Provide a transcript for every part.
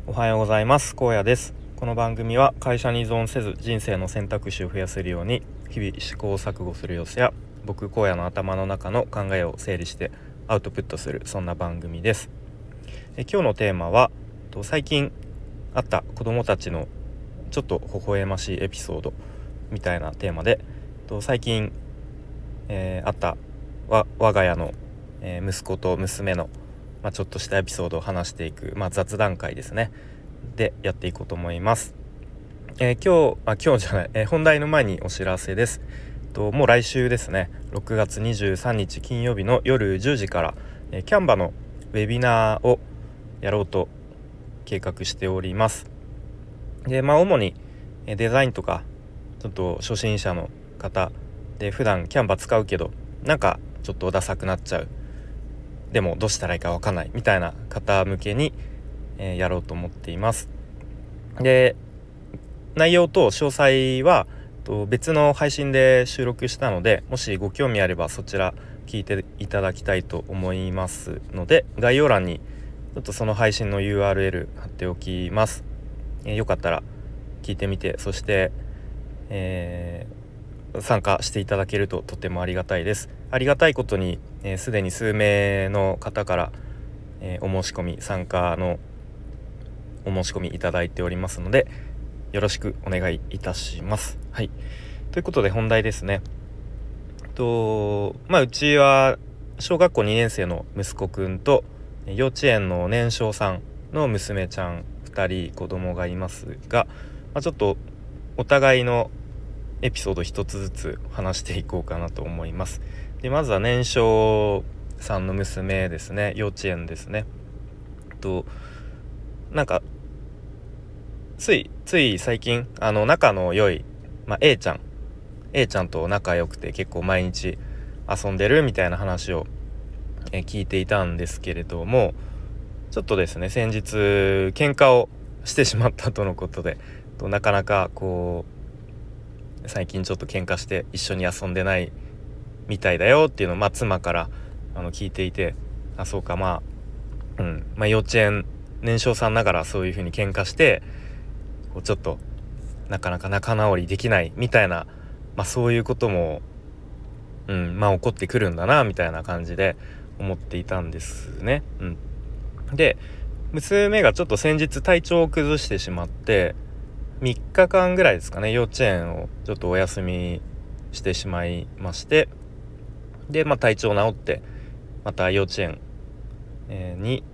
おはようございます。荒野です。この番組は会社に依存せず人生の選択肢を増やせるように日々試行錯誤する様子や僕荒野の頭の中の考えを整理してアウトプットする、そんな番組です。今日のテーマは最近あった子どもたちのちょっと微笑ましいエピソードみたいなテーマで、最近、あった我が家の、息子と娘のちょっとしたエピソードを話していく、雑談会ですねでやっていこうと思います。今日じゃない、本題の前にお知らせです。もう来週ですね、6月23日金曜日の夜10時から、キャンバのウェビナーをやろうと計画しております。で、主にデザインとかちょっと初心者の方で、普段キャンバ使うけどなんかちょっとダサくなっちゃう、でもどうしたらいいか分かんないみたいな方向けに、やろうと思っています。で、内容と詳細は別の配信で収録したので、もしご興味あればそちら聞いていただきたいと思いますので、概要欄にちょっとその配信の URL 貼っておきます。よかったら聞いてみて、そして、参加していただけるととてもありがたいです。ありがたいことにすでに数名の方から、お申し込み参加のお申し込みいただいておりますので、よろしくお願いいたします。はい、ということで本題ですね。うちは小学校2年生の息子くんと幼稚園の年少さんの娘ちゃん2人子供がいますが、ちょっとお互いのエピソード一つずつ話していこうかなと思います。で、まずは年少さんの娘ですね、幼稚園ですね。なんかつい最近仲の良い、A ちゃんと仲良くて結構毎日遊んでるみたいな話を聞いていたんですけれども、ちょっとですね、先日喧嘩をしてしまったとのことで、なかなか最近ちょっと喧嘩して一緒に遊んでないみたいだよっていうのを、妻から聞いていて、そうか、幼稚園年少さんながらそういう風に喧嘩してちょっとなかなか仲直りできないみたいな、そういうことも起こってくるんだなみたいな感じで思っていたんですね。で、娘がちょっと先日体調を崩してしまって3日間ぐらいですかね、幼稚園をちょっとお休みしてしまいまして、で、体調治ってまた幼稚園、に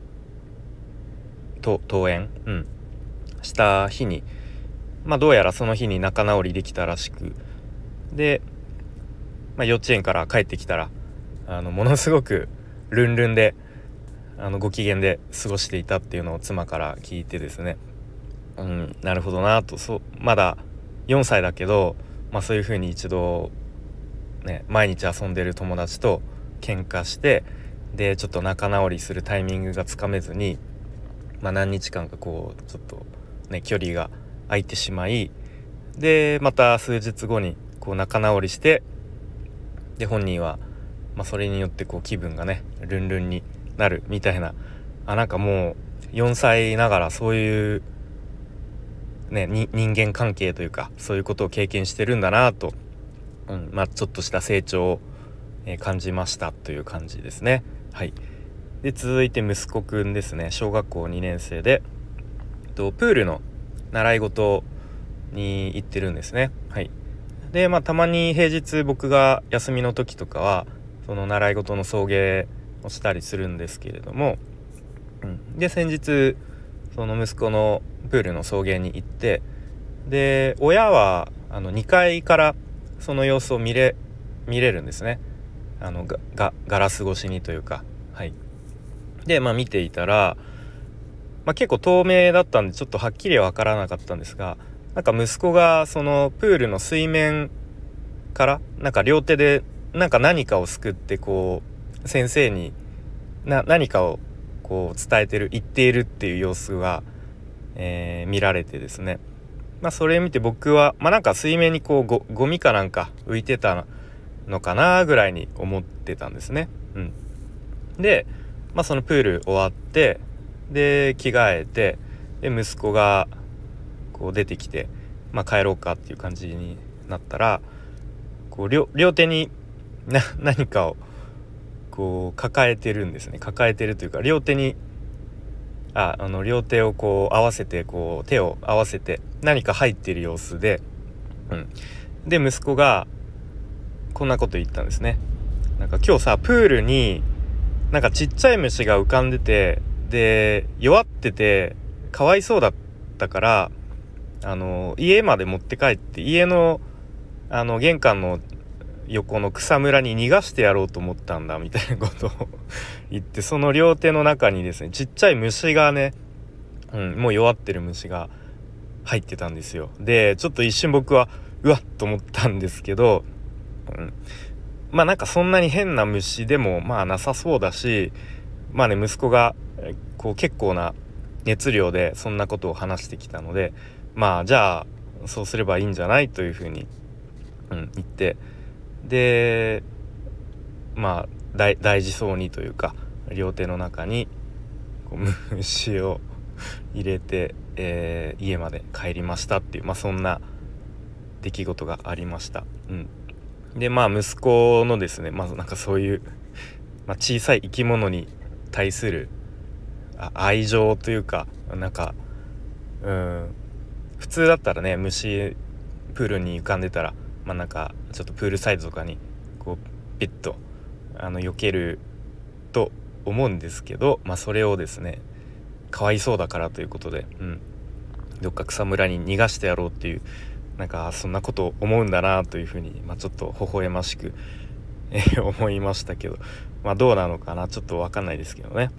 登園、した日に、どうやらその日に仲直りできたらしく、で、幼稚園から帰ってきたらものすごくルンルンでご機嫌で過ごしていたっていうのを妻から聞いてですね、なるほどなと。まだ4歳だけど、そういう風に一度ね、毎日遊んでる友達と喧嘩して、でちょっと仲直りするタイミングがつかめずに、何日間かちょっとね距離が空いてしまい、でまた数日後に仲直りして、で本人はそれによって気分がねルンルンになるみたいな、なんかもう4歳ながらそういうね人間関係というか、そういうことを経験してるんだなと、ちょっとした成長を感じましたという感じですね。はい。で、続いて息子くんですね、小学校2年生でプールの習い事に行ってるんですね。はい。で、たまに平日僕が休みの時とかはその習い事の送迎をしたりするんですけれども、で先日その息子のプールの送迎に行って、で親は2階からその様子を見れるんですね。ガラス越しにというか、はい。で見ていたら、結構透明だったんでちょっとはっきりは分からなかったんですが、なんか息子がそのプールの水面から両手で何かをすくって先生に何かを伝えてる、言っているっていう様子が、見られてですね、それを見て僕は水面にゴミかなんか浮いてたのかなぐらいに思ってたんですね。で、そのプール終わって、で着替えて、 で息子がこう出てきて、帰ろうかっていう感じになったら、こう両手に何かをこう抱えてるんですね。抱えてるというか、両手に両手をこう合わせて、こう手を合わせて何か入っている様子で、で息子がこんなこと言ったんですね。なんか今日さ、プールになんかちっちゃい虫が浮かんでて、で弱っててかわいそうだったから、家まで持って帰って家の玄関の横の草むらに逃がしてやろうと思ったんだみたいなことを言って、その両手の中にですね、ちっちゃい虫がね、もう弱ってる虫が入ってたんですよ。でちょっと一瞬僕はうわっと思ったんですけど、なんかそんなに変な虫でもなさそうだし、息子がこう結構な熱量でそんなことを話してきたので、じゃあそうすればいいんじゃないというふうに、言って、で大事そうにというか、両手の中にこう虫を入れて、家まで帰りましたっていう、そんな出来事がありました。で息子のですね、なんかそういう、小さい生き物に対する愛情というか、なんか普通だったらね、虫プールに浮かんでたら、なんかちょっとプールサイドとかにこうピッと避けると思うんですけど、それをですね、かわいそうだからということで、どっか草むらに逃がしてやろうっていう、なんかそんなことを思うんだなというふうに、ちょっと微笑ましく、思いましたけど、どうなのかな、ちょっと分かんないですけどね。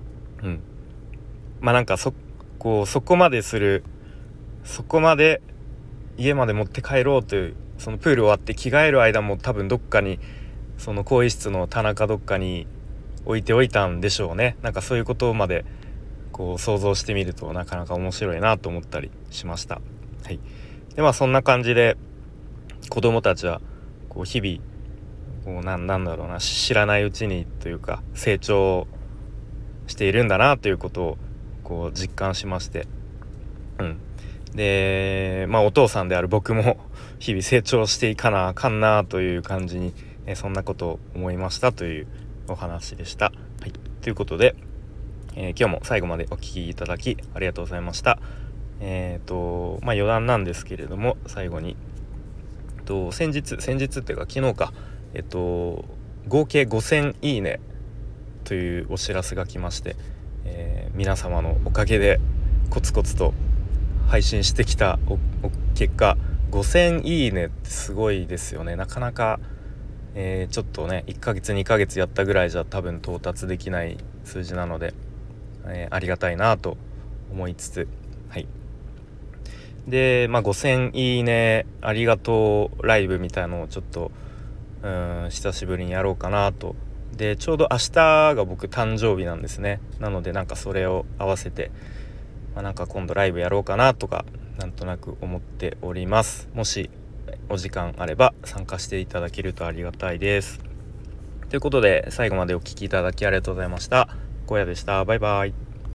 なんかそこまでする、そこまで家まで持って帰ろうという、そのプール終わって着替える間も多分どっかに、その更衣室の棚かどっかに置いておいたんでしょうね。なんかそういうことまでこう想像してみると、なかなか面白いなと思ったりしました。でそんな感じで子供たちはこう日々こうなんだろうな、知らないうちにというか成長しているんだなということをこう実感しまして、でお父さんである僕も日々成長していかなあかんなという感じに、そんなことを思いましたというお話でした。ということで、今日も最後までお聞きいただきありがとうございました。余談なんですけれども、最後に先日っていうか昨日か、合計5000いいねというお知らせが来まして、皆様のおかげでコツコツと配信してきた結果、5000いいねってすごいですよね。なかなか、ちょっとね1ヶ月2ヶ月やったぐらいじゃ多分到達できない数字なので、ありがたいなと思いつつ、で5000いいねありがとうライブみたいのをちょっと久しぶりにやろうかなと。でちょうど明日が僕誕生日なんですね。なのでなんかそれを合わせて、なんか今度ライブやろうかなとかなんとなく思っております。もしお時間あれば参加していただけるとありがたいです。ということで最後までお聞きいただきありがとうございました。荒野でした。バイバイ。